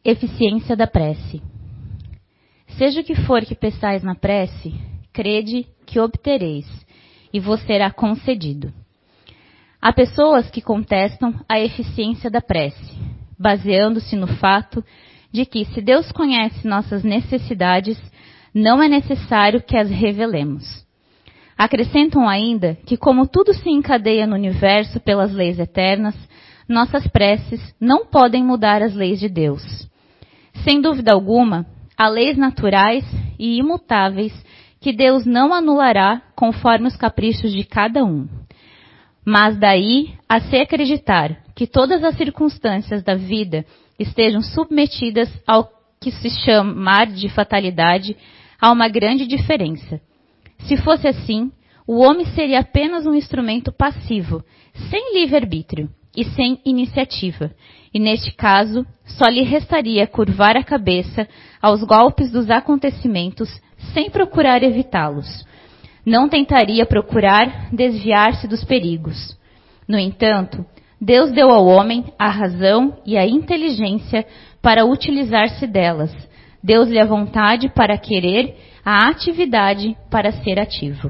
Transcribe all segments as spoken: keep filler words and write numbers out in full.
Eficiência da prece. Seja o que for que peçais na prece, crede que obtereis, e vos será concedido. Há pessoas que contestam a eficiência da prece, baseando-se no fato de que, se Deus conhece nossas necessidades, não é necessário que as revelemos. Acrescentam ainda que, como tudo se encadeia no universo pelas leis eternas, nossas preces não podem mudar as leis de Deus. Sem dúvida alguma, há leis naturais e imutáveis que Deus não anulará conforme os caprichos de cada um. Mas daí a se acreditar que todas as circunstâncias da vida estejam submetidas ao que se chamar de fatalidade, há uma grande diferença. Se fosse assim, o homem seria apenas um instrumento passivo, sem livre-arbítrio e sem iniciativa, e neste caso, só lhe restaria curvar a cabeça aos golpes dos acontecimentos sem procurar evitá-los. Não tentaria procurar desviar-se dos perigos. No entanto, Deus deu ao homem a razão e a inteligência para utilizar-se delas. Deu-lhe a vontade para querer, a atividade para ser ativo.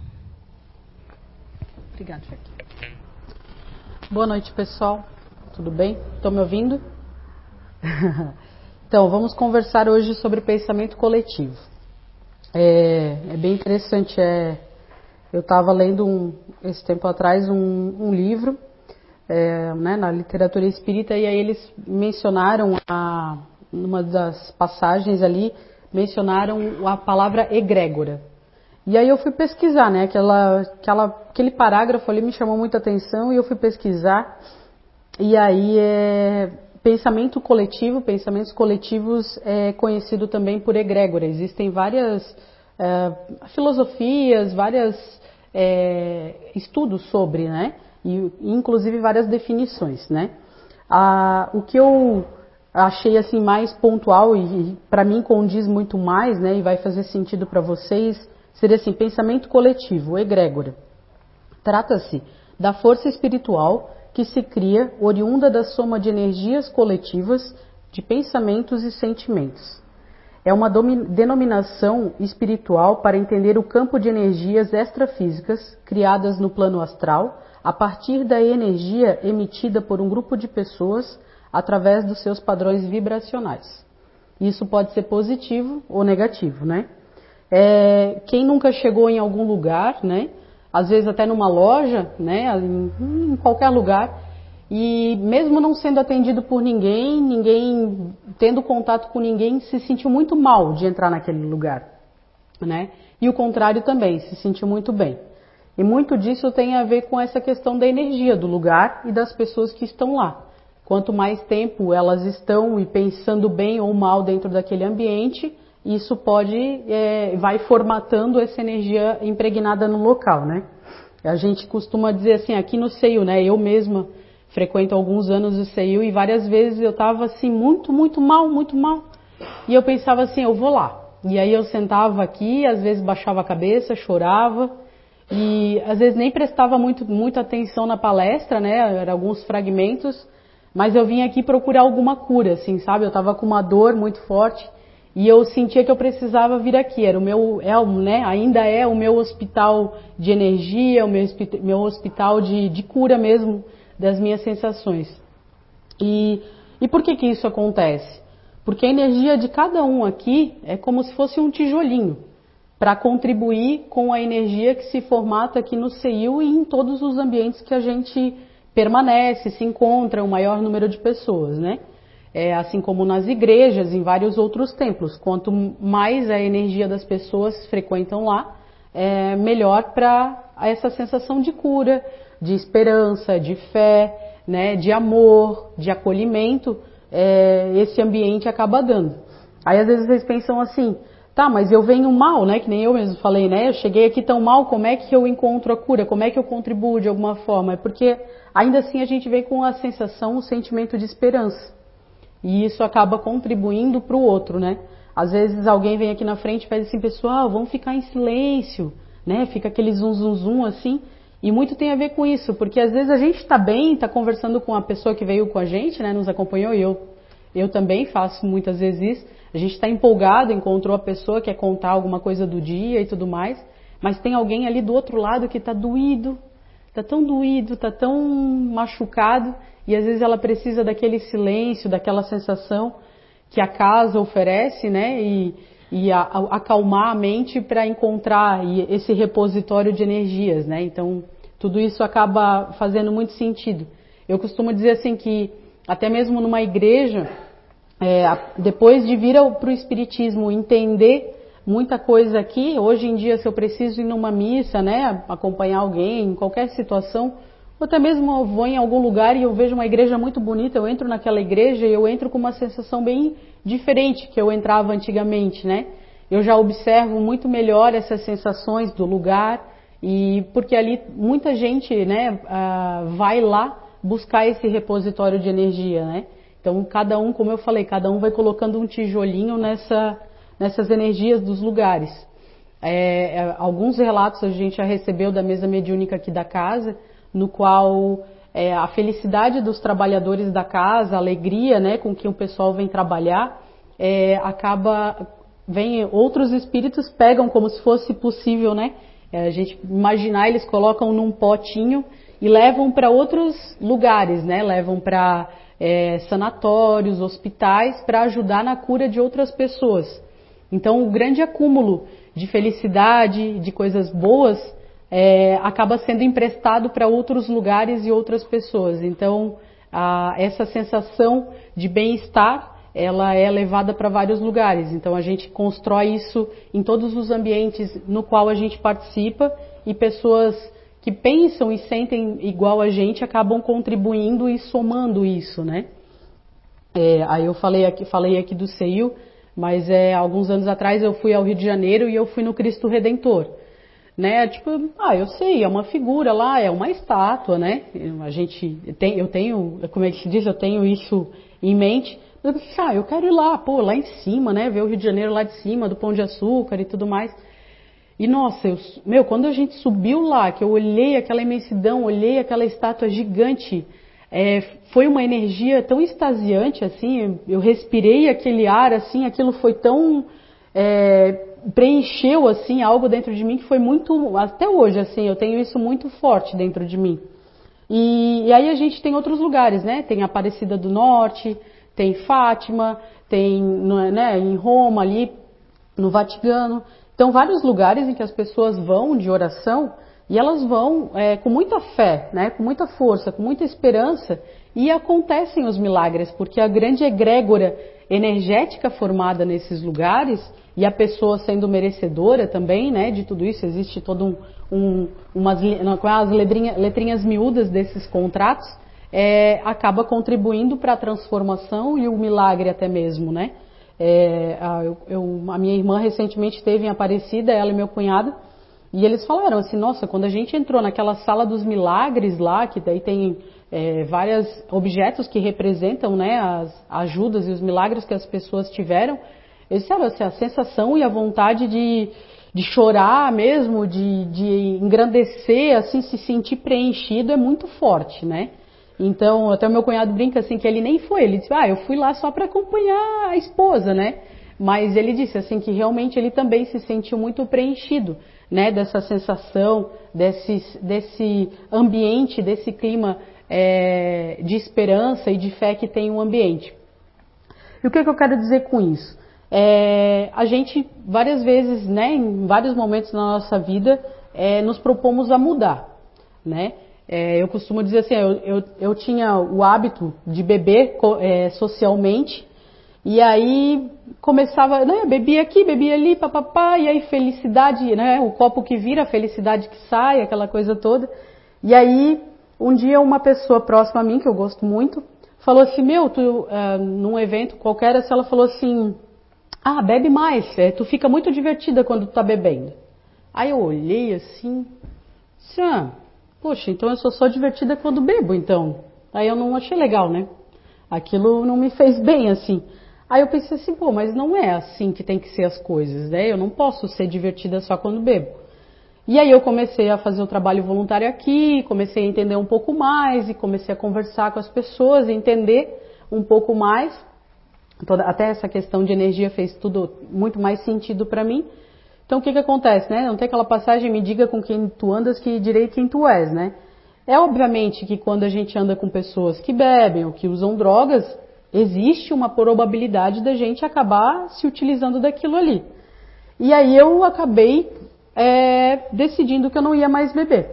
Obrigada, Jaque. Boa noite, pessoal. Tudo bem? Estão me ouvindo? Então, vamos conversar hoje sobre pensamento coletivo. É, é bem interessante. É, eu estava lendo, um, esse tempo atrás, um, um livro é, né, na literatura espírita, e aí eles mencionaram, a, numa das passagens ali, mencionaram a palavra egrégora. E aí eu fui pesquisar, né? Aquela, aquela, aquele parágrafo ali me chamou muita atenção e eu fui pesquisar. E aí é pensamento coletivo, pensamentos coletivos é conhecido também por egrégora. Existem várias é, filosofias, vários é, estudos sobre, né? E inclusive várias definições, né? Ah, o que eu achei assim mais pontual e, e para mim condiz muito mais, né? E vai fazer sentido para vocês. Seria assim, pensamento coletivo, egrégora. Trata-se da força espiritual que se cria oriunda da soma de energias coletivas, de pensamentos e sentimentos. É uma denominação espiritual para entender o campo de energias extrafísicas criadas no plano astral a partir da energia emitida por um grupo de pessoas através dos seus padrões vibracionais. Isso pode ser positivo ou negativo, né? É, quem nunca chegou em algum lugar, né? Às vezes até numa loja, né? Em, em qualquer lugar, e mesmo não sendo atendido por ninguém, ninguém tendo contato com ninguém, se sentiu muito mal de entrar naquele lugar, né? E o contrário também, se sentiu muito bem. E muito disso tem a ver com essa questão da energia do lugar e das pessoas que estão lá. Quanto mais tempo elas estão e pensando bem ou mal dentro daquele ambiente, isso pode, é, vai formatando essa energia impregnada no local, né? A gente costuma dizer assim, aqui no C I U, né? Eu mesma frequento há alguns anos o C I U e várias vezes eu estava assim, muito, muito mal, muito mal. E eu pensava assim, eu vou lá. E aí eu sentava aqui, às vezes baixava a cabeça, chorava e às vezes nem prestava muito, muita atenção na palestra, né? Eram alguns fragmentos, mas eu vim aqui procurar alguma cura, assim, sabe? Eu estava com uma dor muito forte. E eu sentia que eu precisava vir aqui, era o meu, é, né, ainda é o meu hospital de energia, o meu, meu hospital de, de cura mesmo das minhas sensações. E, e por que que isso acontece? Porque a energia de cada um aqui é como se fosse um tijolinho, para contribuir com a energia que se formata aqui no C I U e em todos os ambientes que a gente permanece, se encontra, o maior número de pessoas, né? É, assim como nas igrejas, em vários outros templos. Quanto mais a energia das pessoas frequentam lá, é melhor para essa sensação de cura, de esperança, de fé, né, de amor, de acolhimento, é, esse ambiente acaba dando. Aí às vezes vocês pensam assim, tá, mas eu venho mal, né, que nem eu mesmo falei, né, eu cheguei aqui tão mal, como é que eu encontro a cura, como é que eu contribuo de alguma forma? É porque ainda assim a gente vem com a sensação, o sentimento de esperança. E isso acaba contribuindo para o outro, né? Às vezes alguém vem aqui na frente e faz assim, pessoal, vamos ficar em silêncio, né? Fica aquele zum, zum, zum assim. E muito tem a ver com isso, porque às vezes a gente está bem, está conversando com a pessoa que veio com a gente, né? Nos acompanhou e eu, eu também faço muitas vezes isso. A gente está empolgado, encontrou a pessoa, quer contar alguma coisa do dia e tudo mais, mas tem alguém ali do outro lado que está doído, está tão doído, está tão machucado, e às vezes ela precisa daquele silêncio, daquela sensação que a casa oferece, né? E, e a, a, acalmar a mente para encontrar esse repositório de energias, né? Então, tudo isso acaba fazendo muito sentido. Eu costumo dizer assim que, até mesmo numa igreja, é, depois de vir para o Espiritismo, entender muita coisa aqui, hoje em dia, se eu preciso ir numa missa, né, acompanhar alguém, em qualquer situação, ou até mesmo eu vou em algum lugar e eu vejo uma igreja muito bonita, eu entro naquela igreja e eu entro com uma sensação bem diferente que eu entrava antigamente, né? Eu já observo muito melhor essas sensações do lugar, e porque ali muita gente, né, vai lá buscar esse repositório de energia, né? Então cada um, como eu falei, cada um vai colocando um tijolinho nessa, nessas energias dos lugares. É, alguns relatos a gente já recebeu da mesa mediúnica aqui da casa, no qual é, a felicidade dos trabalhadores da casa, a alegria, né, com que o pessoal vem trabalhar, é, acaba, vem outros espíritos pegam como se fosse possível, né? É, a gente imaginar, eles colocam num potinho e levam para outros lugares, né? Levam para é, sanatórios, hospitais, para ajudar na cura de outras pessoas. Então, o grande acúmulo de felicidade, de coisas boas, é, acaba sendo emprestado para outros lugares e outras pessoas. Então, a, essa sensação de bem-estar, ela é levada para vários lugares. Então, a gente constrói isso em todos os ambientes no qual a gente participa, e pessoas que pensam e sentem igual a gente acabam contribuindo e somando isso, né? É, aí eu falei aqui, falei aqui do C I U, mas é, alguns anos atrás eu fui ao Rio de Janeiro e eu fui no Cristo Redentor, né? Tipo, ah, eu sei, é uma figura lá, é uma estátua, né? A gente tem, eu tenho, como é que se diz, eu tenho isso em mente. Eu disse, ah, eu quero ir lá, pô, lá em cima, né? Ver o Rio de Janeiro lá de cima, do Pão de Açúcar e tudo mais. E nossa, eu, meu, quando a gente subiu lá, que eu olhei aquela imensidão, olhei aquela estátua gigante, é, foi uma energia tão extasiante, assim, eu respirei aquele ar, assim, aquilo foi tão, é, preencheu, assim, algo dentro de mim que foi muito, até hoje, assim, eu tenho isso muito forte dentro de mim. E, e aí a gente tem outros lugares, né? Tem Aparecida do Norte, tem Fátima, tem, né, em Roma ali, no Vaticano. Então, vários lugares em que as pessoas vão de oração, e elas vão é, com muita fé, né, com muita força, com muita esperança, e acontecem os milagres, porque a grande egrégora energética formada nesses lugares, e a pessoa sendo merecedora também, né, de tudo isso, existe todo um, um umas, as letrinhas, letrinhas miúdas desses contratos, é, acaba contribuindo para a transformação e o milagre até mesmo, né? É, a, eu, a minha irmã recentemente esteve em Aparecida, ela e meu cunhado, e eles falaram assim, nossa, quando a gente entrou naquela sala dos milagres lá, que daí tem é, vários objetos que representam, né, as ajudas e os milagres que as pessoas tiveram, eles disseram assim, a sensação e a vontade de, de chorar mesmo, de, de engrandecer, assim, se sentir preenchido é muito forte, né? Então, até o meu cunhado brinca assim que ele nem foi, ele disse, ah, eu fui lá só para acompanhar a esposa, né? Mas ele disse assim que realmente ele também se sentiu muito preenchido, né? Dessa sensação, desse, desse ambiente, desse clima é, de esperança e de fé que tem o ambiente. E o que, que eu quero dizer com isso? É, a gente, várias vezes, né, em vários momentos na nossa vida, é, nos propomos a mudar, né? É, eu costumo dizer assim, eu, eu, eu tinha o hábito de beber é, socialmente, e aí começava, né, bebia aqui, bebia ali, papapá, e aí felicidade, né, o copo que vira, a felicidade que sai, aquela coisa toda. E aí, um dia uma pessoa próxima a mim, que eu gosto muito, falou assim, meu, tu, uh, num evento qualquer, ela falou assim, ah, bebe mais, é, tu fica muito divertida quando tu tá bebendo. Aí eu olhei assim, assim, ah, poxa, então eu sou só divertida quando bebo, então. Aí eu não achei legal, né? Aquilo não me fez bem, assim. Aí eu pensei assim, pô, mas não é assim que tem que ser as coisas, né? Eu não posso ser divertida só quando bebo. E aí eu comecei a fazer o trabalho voluntário aqui, comecei a entender um pouco mais, e comecei a conversar com as pessoas, entender um pouco mais. toda, até essa questão de energia fez tudo muito mais sentido para mim. Então o que que acontece, né? Não tem aquela passagem, me diga com quem tu andas que direi quem tu és, né? É obviamente que quando a gente anda com pessoas que bebem ou que usam drogas, existe uma probabilidade da gente acabar se utilizando daquilo ali. E aí eu acabei é, decidindo que eu não ia mais beber.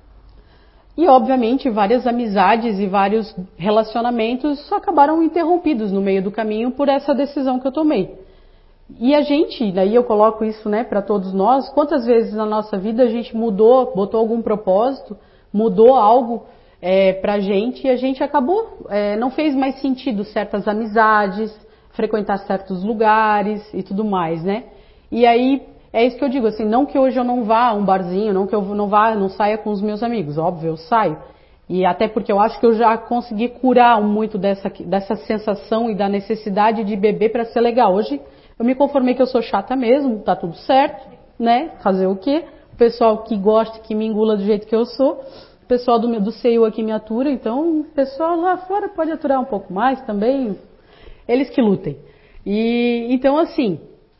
E obviamente várias amizades e vários relacionamentos acabaram interrompidos no meio do caminho por essa decisão que eu tomei. E a gente, daí eu coloco isso, né, para todos nós, quantas vezes na nossa vida a gente mudou, botou algum propósito, mudou algo é, pra gente e a gente acabou, é, não fez mais sentido certas amizades, frequentar certos lugares e tudo mais, né? E aí, é isso que eu digo, assim, não que hoje eu não vá a um barzinho, não que eu não vá, não saia com os meus amigos, óbvio, eu saio. E até porque eu acho que eu já consegui curar muito dessa, dessa sensação e da necessidade de beber para ser legal. Hoje eu me conformei que eu sou chata mesmo, tá tudo certo, né? Fazer o quê? O pessoal que gosta, que me engula do jeito que eu sou, o pessoal do, do C E U aqui me atura, então o pessoal lá fora pode aturar um pouco mais também, eles que lutem. E então assim,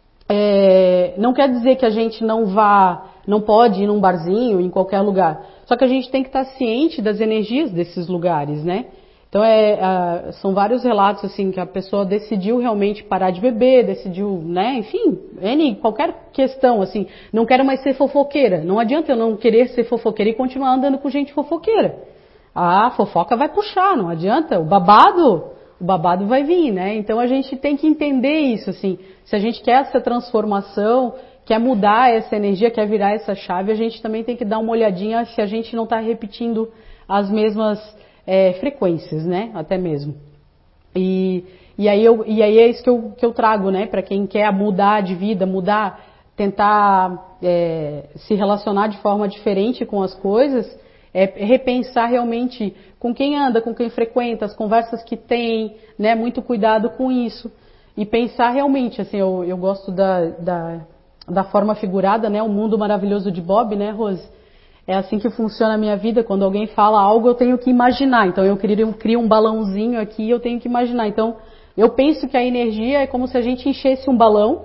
é, não quer dizer que a gente não vá, não pode ir num barzinho, em qualquer lugar, só que a gente tem que estar ciente das energias desses lugares, né? Então, é, é, são vários relatos, assim, que a pessoa decidiu realmente parar de beber, decidiu, né, enfim, N, qualquer questão, assim, não quero mais ser fofoqueira. Não adianta eu não querer ser fofoqueira e continuar andando com gente fofoqueira. A fofoca vai puxar, não adianta. O babado, o babado vai vir, né? Então, a gente tem que entender isso, assim. Se a gente quer essa transformação, quer mudar essa energia, quer virar essa chave, a gente também tem que dar uma olhadinha se a gente não está repetindo as mesmas É, frequências, né, até mesmo. E, e, aí, eu, e aí é isso que eu, que eu trago, né, para quem quer mudar de vida, mudar, tentar é, se relacionar de forma diferente com as coisas, é repensar realmente com quem anda, com quem frequenta, as conversas que tem, né, muito cuidado com isso. E pensar realmente, assim, eu, eu gosto da, da, da forma figurada, né, o mundo maravilhoso de Bob, né, Rose? É assim que funciona a minha vida. Quando alguém fala algo, eu tenho que imaginar. Então, eu crio, eu crio um balãozinho aqui e eu tenho que imaginar. Então, eu penso que a energia é como se a gente enchesse um balão.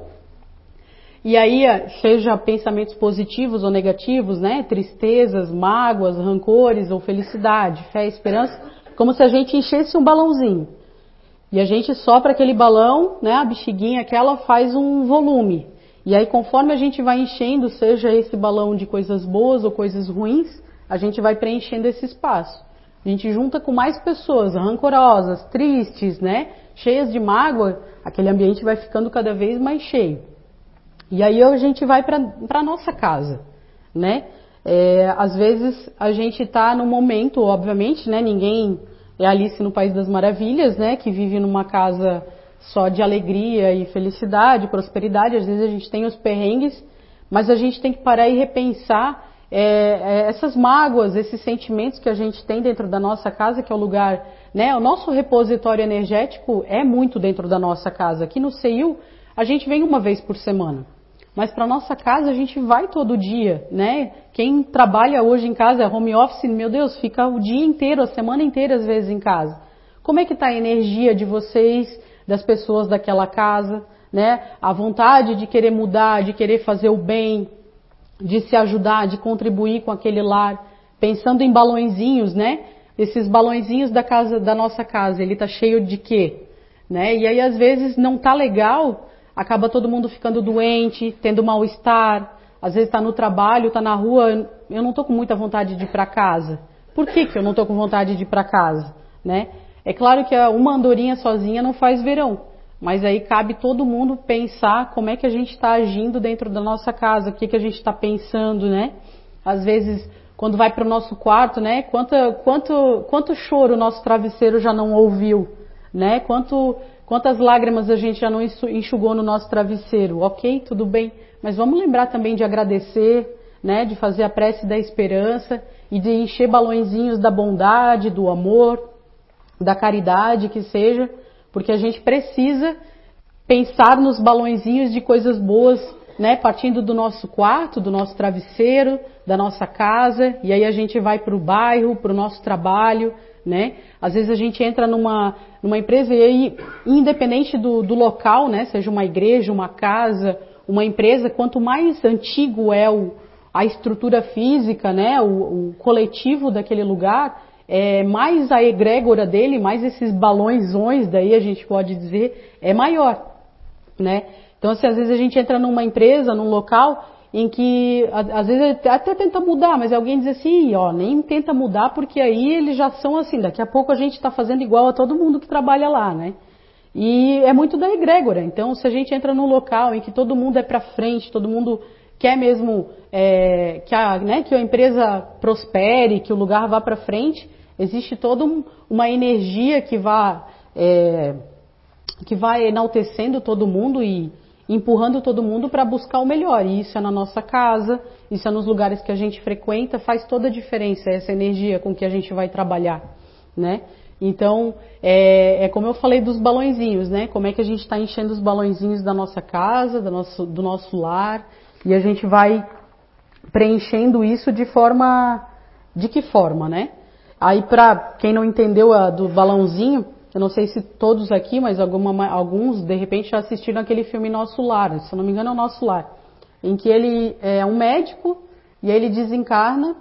E aí, seja pensamentos positivos ou negativos, né? Tristezas, mágoas, rancores ou felicidade, fé, esperança. Como se a gente enchesse um balãozinho. E a gente sopra aquele balão, né? A bexiguinha aquela faz um volume. E aí, conforme a gente vai enchendo, seja esse balão de coisas boas ou coisas ruins, a gente vai preenchendo esse espaço. A gente junta com mais pessoas rancorosas, tristes, né? Cheias de mágoa, aquele ambiente vai ficando cada vez mais cheio. E aí a gente vai para a nossa casa, né? É, às vezes a gente está num momento, obviamente, né? Ninguém é Alice no País das Maravilhas, né? Que vive numa casa só de alegria e felicidade, prosperidade. Às vezes a gente tem os perrengues, mas a gente tem que parar e repensar é, é, essas mágoas, esses sentimentos que a gente tem dentro da nossa casa, que é o lugar, né? O nosso repositório energético é muito dentro da nossa casa. Aqui no C I U a gente vem uma vez por semana, mas para nossa casa a gente vai todo dia, né? Quem trabalha hoje em casa, é home office, meu Deus, fica o dia inteiro, a semana inteira às vezes em casa. Como é que está a energia de vocês, das pessoas daquela casa, né? A vontade de querer mudar, de querer fazer o bem, de se ajudar, de contribuir com aquele lar, pensando em balõezinhos, né? Esses balõezinhos da casa, da nossa casa, ele tá cheio de quê? Né? E aí às vezes não tá legal, acaba todo mundo ficando doente, tendo mal-estar, às vezes está no trabalho, está na rua, eu não tô com muita vontade de ir para casa. Por que que eu não tô com vontade de ir para casa, né? É claro que uma andorinha sozinha não faz verão, mas aí cabe todo mundo pensar como é que a gente está agindo dentro da nossa casa, o que, que a gente está pensando, né? Às vezes, quando vai para o nosso quarto, né? Quanto, quanto, quanto choro o nosso travesseiro já não ouviu, né? Quanto, quantas lágrimas a gente já não enxugou no nosso travesseiro, ok? Tudo bem, mas vamos lembrar também de agradecer, né? De fazer a prece da esperança e de encher balõezinhos da bondade, do amor, da caridade, que seja, porque a gente precisa pensar nos balõezinhos de coisas boas, né, partindo do nosso quarto, do nosso travesseiro, da nossa casa, e aí a gente vai para o bairro, para o nosso trabalho, né? Às vezes a gente entra numa, numa empresa e aí, independente do, do local, né? Seja uma igreja, uma casa, uma empresa, quanto mais antigo é o, a estrutura física, né? O, o coletivo daquele lugar, é, mais a egrégora dele, mais esses balõezões, daí a gente pode dizer, é maior, né? Então, assim, às vezes a gente entra numa empresa, num local em que, às vezes, até tenta mudar, mas alguém diz assim, ó, nem tenta mudar porque aí eles já são assim, daqui a pouco a gente está fazendo igual a todo mundo que trabalha lá, né? E é muito da egrégora. Então, se a gente entra num local em que todo mundo é para frente, todo mundo quer mesmo é, que, a, né, que a empresa prospere, que o lugar vá para frente, existe toda um, uma energia que vai, é, que vai enaltecendo todo mundo e empurrando todo mundo para buscar o melhor. E isso é na nossa casa, isso é nos lugares que a gente frequenta, faz toda a diferença essa energia com que a gente vai trabalhar, né? Então, é, é como eu falei dos balõezinhos, né? Como é que a gente está enchendo os balõezinhos da nossa casa, do nosso, do nosso lar, e a gente vai preenchendo isso de forma... De que forma, né? Aí, para quem não entendeu a do balãozinho, eu não sei se todos aqui, mas alguma, alguns, de repente, já assistiram aquele filme Nosso Lar, se eu não me engano é o Nosso Lar, em que ele é um médico e aí ele desencarna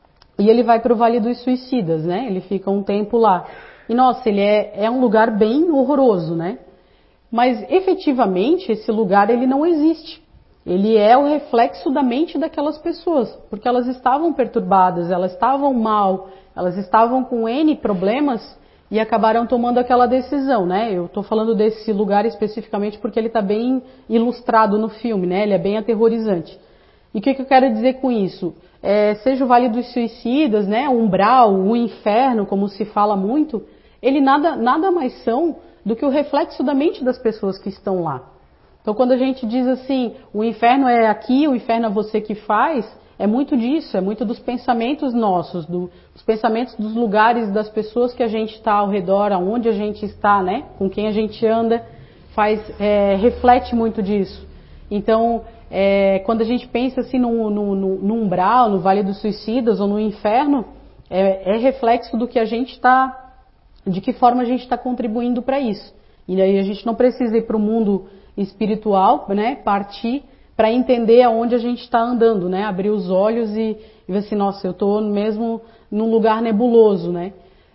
e ele vai para o Vale dos Suicidas, né? Ele fica um tempo lá. E, nossa, ele é, é um lugar bem horroroso, né? Mas, efetivamente, esse lugar, ele não existe. Ele é o reflexo da mente daquelas pessoas, porque elas estavam perturbadas, elas estavam mal, elas estavam com N problemas e acabaram tomando aquela decisão, né? Eu estou falando desse lugar especificamente porque ele está bem ilustrado no filme, né? Ele é bem aterrorizante. E o que, que eu quero dizer com isso? É, seja o Vale dos Suicidas, né? O umbral, o inferno, como se fala muito, ele nada, nada mais são do que o reflexo da mente das pessoas que estão lá. Então, quando a gente diz assim, o inferno é aqui, o inferno é você que faz, é muito disso, é muito dos pensamentos nossos, do, dos pensamentos dos lugares, das pessoas que a gente está ao redor, aonde a gente está, né? Com quem a gente anda, faz, é, reflete muito disso. Então, é, quando a gente pensa assim no, no, no, no umbral, no Vale dos Suicidas ou no inferno, é, é reflexo do que a gente está, de que forma a gente está contribuindo para isso. E aí a gente não precisa ir para o mundo espiritual, né? Partir para entender aonde a gente está andando, né? Abrir os olhos e, e ver assim, nossa, eu estou mesmo num lugar nebuloso, né?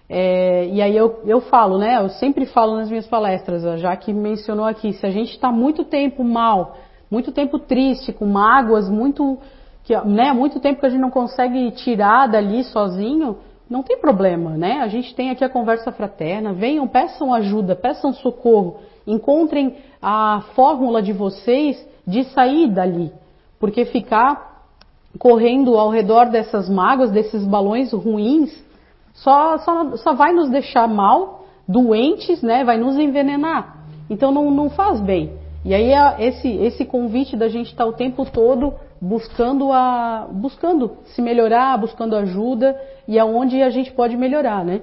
É, e aí eu, eu falo, né? Eu sempre falo nas minhas palestras, já que mencionou aqui, se a gente está muito tempo mal, muito tempo triste, com mágoas, muito, que, né? Muito tempo que a gente não consegue tirar dali sozinho, não tem problema, né? A gente tem aqui a conversa fraterna, venham, peçam ajuda, peçam socorro, encontrem a fórmula de vocês de sair dali, porque ficar correndo ao redor dessas mágoas, desses balões ruins, só, só, só vai nos deixar mal, doentes, né? Vai nos envenenar. Então não, não faz bem. E aí esse, esse convite da gente estar o tempo todo buscando, a, buscando se melhorar, buscando ajuda e aonde a gente pode melhorar, né?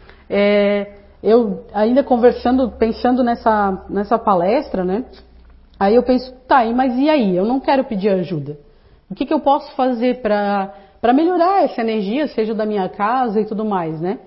É, eu ainda conversando, pensando nessa, nessa palestra, né? Aí eu penso, tá, mas e aí? Eu não quero pedir ajuda. O que, que eu posso fazer para para melhorar essa energia, seja da minha casa e tudo mais, né?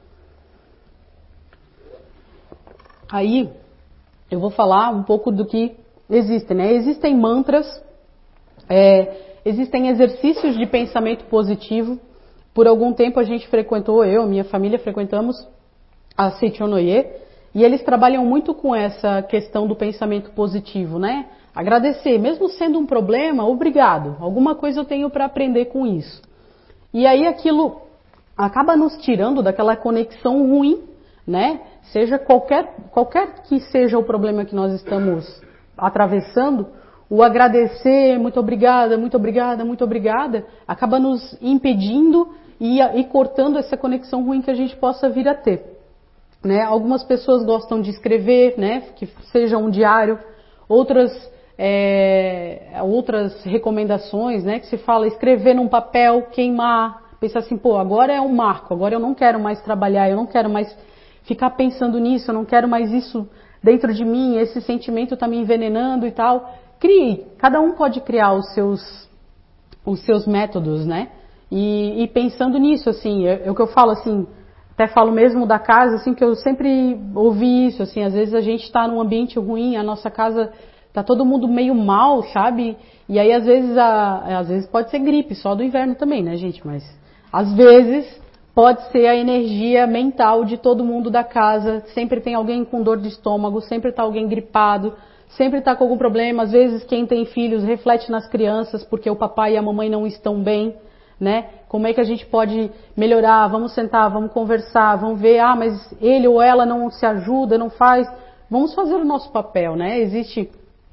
Aí eu vou falar um pouco do que existe, né? Existem mantras, é, existem exercícios de pensamento positivo. Por algum tempo a gente frequentou, eu, minha família, frequentamos a Seichonoye, e eles trabalham muito com essa questão do pensamento positivo, né? Agradecer, mesmo sendo um problema, obrigado. Alguma coisa eu tenho para aprender com isso. E aí aquilo acaba nos tirando daquela conexão ruim, né? Seja qualquer, qualquer que seja o problema que nós estamos atravessando, o agradecer, muito obrigada, muito obrigada, muito obrigada, acaba nos impedindo e, e cortando essa conexão ruim que a gente possa vir a ter. Né? Algumas pessoas gostam de escrever, né? Que seja um diário, outras, é, outras recomendações, né? Que se fala escrever num papel, queimar, pensar assim, pô, agora é um marco, agora eu não quero mais trabalhar, eu não quero mais ficar pensando nisso, eu não quero mais isso dentro de mim, esse sentimento está me envenenando e tal. Crie, cada um pode criar os seus, os seus métodos, né? E, e pensando nisso, assim, é, é o que eu falo assim, até falo mesmo da casa, assim, que eu sempre ouvi isso, assim, às vezes a gente está num ambiente ruim, a nossa casa tá todo mundo meio mal, sabe? E aí às vezes, a, às vezes pode ser gripe, só do inverno também, né, gente? Mas às vezes pode ser a energia mental de todo mundo da casa, sempre tem alguém com dor de estômago, sempre tá alguém gripado, sempre está com algum problema. Às vezes quem tem filhos reflete nas crianças porque o papai e a mamãe não estão bem, né? Como é que a gente pode melhorar? Vamos sentar, vamos conversar, vamos ver, ah, mas ele ou ela não se ajuda, não faz. Vamos fazer o nosso papel, né? Existe,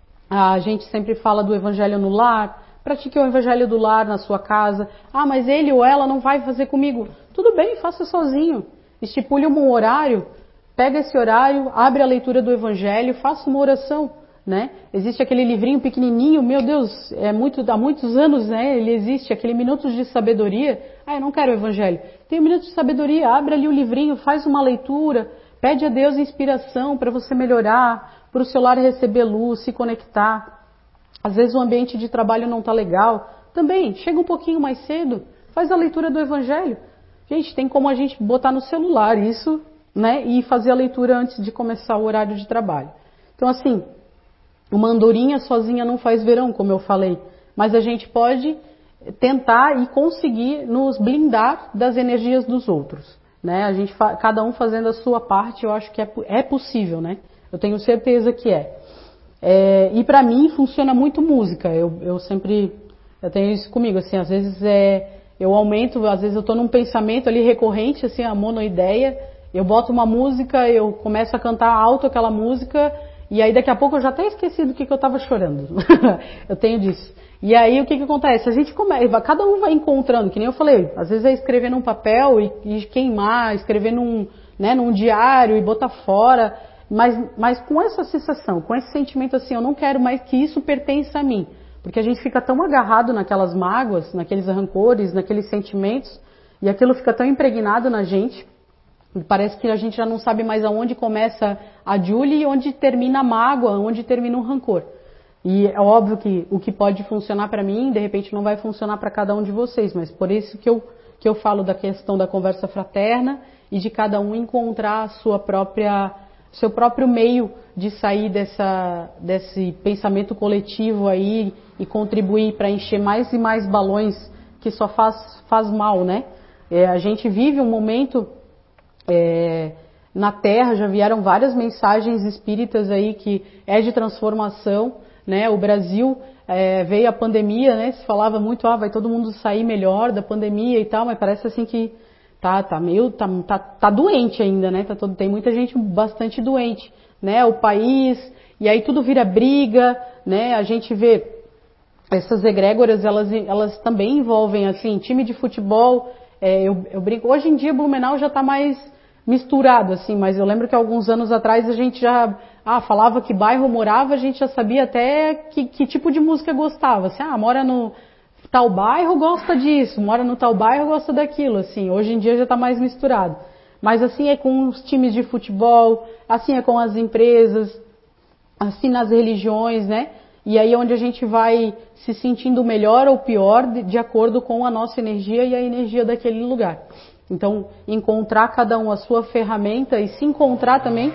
a gente sempre fala do evangelho no lar, pratique o evangelho do lar na sua casa. Ah, mas ele ou ela não vai fazer comigo. Tudo bem, faça sozinho. Estipule um horário, pega esse horário, abre a leitura do evangelho, faça uma oração. Né? Existe aquele livrinho pequenininho, meu Deus, é muito, há muitos anos, né? Ele existe, aquele Minutos de Sabedoria. Ah, eu não quero o Evangelho. Tem um Minuto de Sabedoria, abre ali o livrinho, faz uma leitura, pede a Deus inspiração para você melhorar, para o seu lar receber luz, se conectar. Às vezes o ambiente de trabalho não está legal. Também, chega um pouquinho mais cedo, faz a leitura do Evangelho. Gente, tem como a gente botar no celular isso, né? E fazer a leitura antes de começar o horário de trabalho. Então, assim, uma andorinha sozinha não faz verão, como eu falei, mas a gente pode tentar e conseguir nos blindar das energias dos outros, né? A gente, cada um fazendo a sua parte, eu acho que é, é possível, né? Eu tenho certeza que é. é e para mim funciona muito música. Eu, eu sempre, eu tenho isso comigo, assim, às vezes é, eu aumento, às vezes eu estou num pensamento ali recorrente, assim, a monoideia, eu boto uma música, eu começo a cantar alto aquela música. E aí daqui a pouco eu já até esqueci do que, que eu estava chorando. Eu tenho disso. E aí o que, que acontece? A gente começa, cada um vai encontrando, que nem eu falei, às vezes é escrever num papel e, e queimar, escrever num, né, num diário e botar fora, mas, mas com essa sensação, com esse sentimento assim, eu não quero mais que isso pertença a mim. Porque a gente fica tão agarrado naquelas mágoas, naqueles rancores, naqueles sentimentos, e aquilo fica tão impregnado na gente. Parece que a gente já não sabe mais aonde começa a Julie e onde termina a mágoa, onde termina o rancor. E é óbvio que o que pode funcionar para mim, de repente não vai funcionar para cada um de vocês, mas por isso que eu, que eu falo da questão da conversa fraterna e de cada um encontrar a sua própria, seu próprio meio de sair dessa, desse pensamento coletivo aí e contribuir para encher mais e mais balões que só faz, faz mal, né? É, a gente vive um momento... É, na Terra já vieram várias mensagens espíritas aí que é de transformação, né? O Brasil é, veio a pandemia, né? Se falava muito, ah, vai todo mundo sair melhor da pandemia e tal, mas parece assim que tá, tá meio, tá, tá, tá doente ainda, né? Tá todo, tem muita gente bastante doente, né? O país, e aí tudo vira briga, né? A gente vê essas egrégoras, elas, elas também envolvem, assim, time de futebol, é, eu, eu brinco, hoje em dia Blumenau já está mais misturado, assim, mas eu lembro que alguns anos atrás a gente já ah, falava que bairro morava, a gente já sabia até que, que tipo de música gostava. Assim, ah, mora no tal bairro, gosta disso, mora no tal bairro, gosta daquilo, assim. Hoje em dia já está mais misturado. Mas assim é com os times de futebol, assim é com as empresas, assim nas religiões, né? E aí é onde a gente vai se sentindo melhor ou pior de, de acordo com a nossa energia e a energia daquele lugar. Então, encontrar cada um a sua ferramenta e se encontrar também,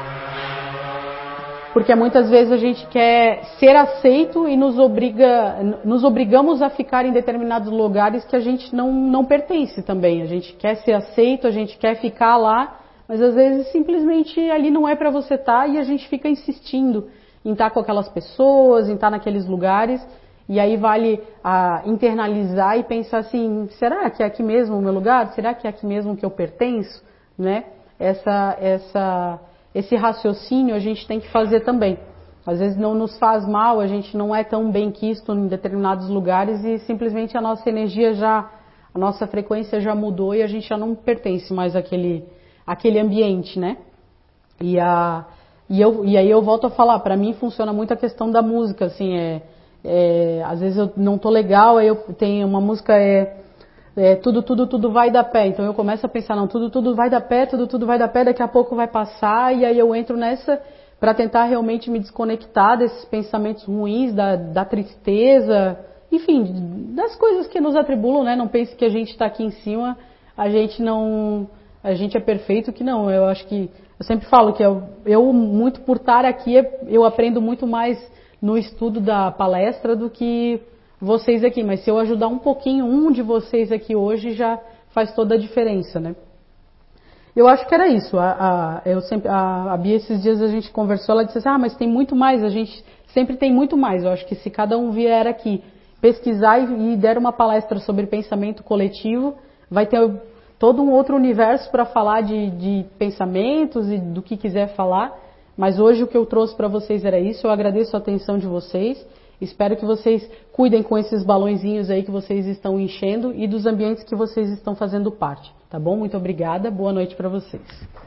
porque muitas vezes a gente quer ser aceito e nos obriga, nos obrigamos a ficar em determinados lugares que a gente não, não pertence também. A gente quer ser aceito, a gente quer ficar lá, mas às vezes simplesmente ali não é para você estar e a gente fica insistindo em estar com aquelas pessoas, em estar naqueles lugares. E aí vale a internalizar e pensar assim, será que é aqui mesmo o meu lugar? Será que é aqui mesmo que eu pertenço? Né? Essa, essa, esse raciocínio a gente tem que fazer também. Às vezes não nos faz mal, a gente não é tão bem quisto em determinados lugares e simplesmente a nossa energia já, a nossa frequência já mudou e a gente já não pertence mais àquele, àquele ambiente, né? E, a, e, eu, e aí eu volto a falar, para mim funciona muito a questão da música, assim, é... É, às vezes eu não tô legal, aí eu tenho uma música é, é tudo, tudo, tudo vai dar pé. Então eu começo a pensar, não, tudo, tudo vai dar pé, tudo, tudo vai dar pé, daqui a pouco vai passar, e aí eu entro nessa para tentar realmente me desconectar desses pensamentos ruins, da, da tristeza, enfim, das coisas que nos atribulam, né? Não pense que a gente está aqui em cima, a gente não, a gente é perfeito, que não. Eu acho que, eu sempre falo que eu, eu muito por estar aqui, eu aprendo muito mais no estudo da palestra do que vocês aqui. Mas se eu ajudar um pouquinho, um de vocês aqui hoje, já faz toda a diferença, né? Eu acho que era isso. A, a, eu sempre, a, a Bia, esses dias a gente conversou, ela disse assim, ah, mas tem muito mais, a gente sempre tem muito mais. Eu acho que se cada um vier aqui pesquisar e, e der uma palestra sobre pensamento coletivo, vai ter todo um outro universo para falar de, de pensamentos e do que quiser falar. Mas hoje o que eu trouxe para vocês era isso. Eu agradeço a atenção de vocês. Espero que vocês cuidem com esses balõezinhos aí que vocês estão enchendo e dos ambientes que vocês estão fazendo parte. Tá bom? Muito obrigada. Boa noite para vocês.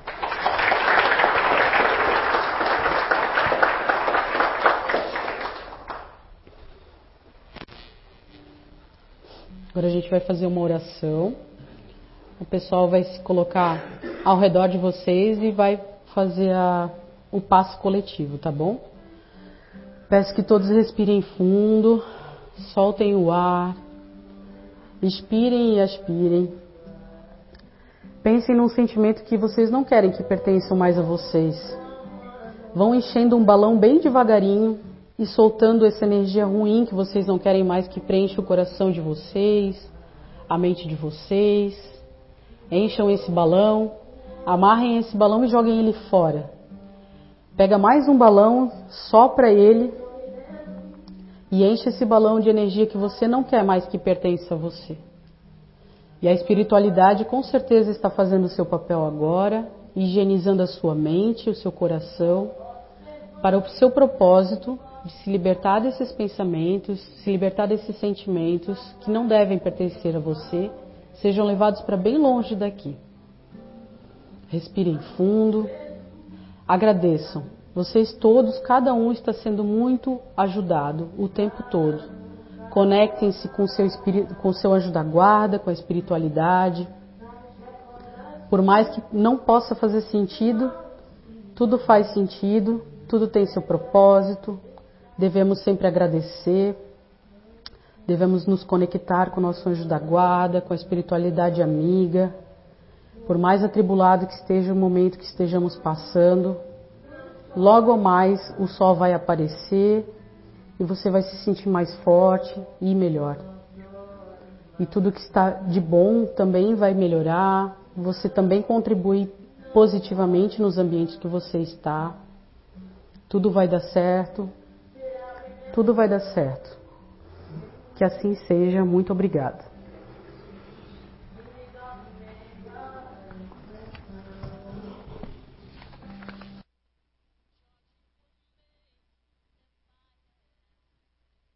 Agora a gente vai fazer uma oração. O pessoal vai se colocar ao redor de vocês e vai fazer a, o passo coletivo, tá bom? Peço que todos respirem fundo, soltem o ar, expirem e aspirem. Pensem num sentimento que vocês não querem que pertençam mais a vocês. Vão enchendo um balão bem devagarinho e soltando essa energia ruim que vocês não querem mais que preencha o coração de vocês, a mente de vocês. Encham esse balão, amarrem esse balão e joguem ele fora. Pega mais um balão, sopra ele e enche esse balão de energia que você não quer mais que pertença a você. E a espiritualidade com certeza está fazendo o seu papel agora, higienizando a sua mente, o seu coração, para o seu propósito de se libertar desses pensamentos, se libertar desses sentimentos que não devem pertencer a você, sejam levados para bem longe daqui. Respirem fundo, agradeçam. Vocês todos, cada um está sendo muito ajudado o tempo todo. Conectem-se com seu espírito, com seu anjo da guarda, com a espiritualidade. Por mais que não possa fazer sentido, tudo faz sentido, tudo tem seu propósito. Devemos sempre agradecer. Devemos nos conectar com o nosso anjo da guarda, com a espiritualidade amiga. Por mais atribulado que esteja o momento que estejamos passando, logo mais o sol vai aparecer e você vai se sentir mais forte e melhor. E tudo que está de bom também vai melhorar. Você também contribui positivamente nos ambientes que você está. Tudo vai dar certo. Tudo vai dar certo. Que assim seja. Muito obrigada.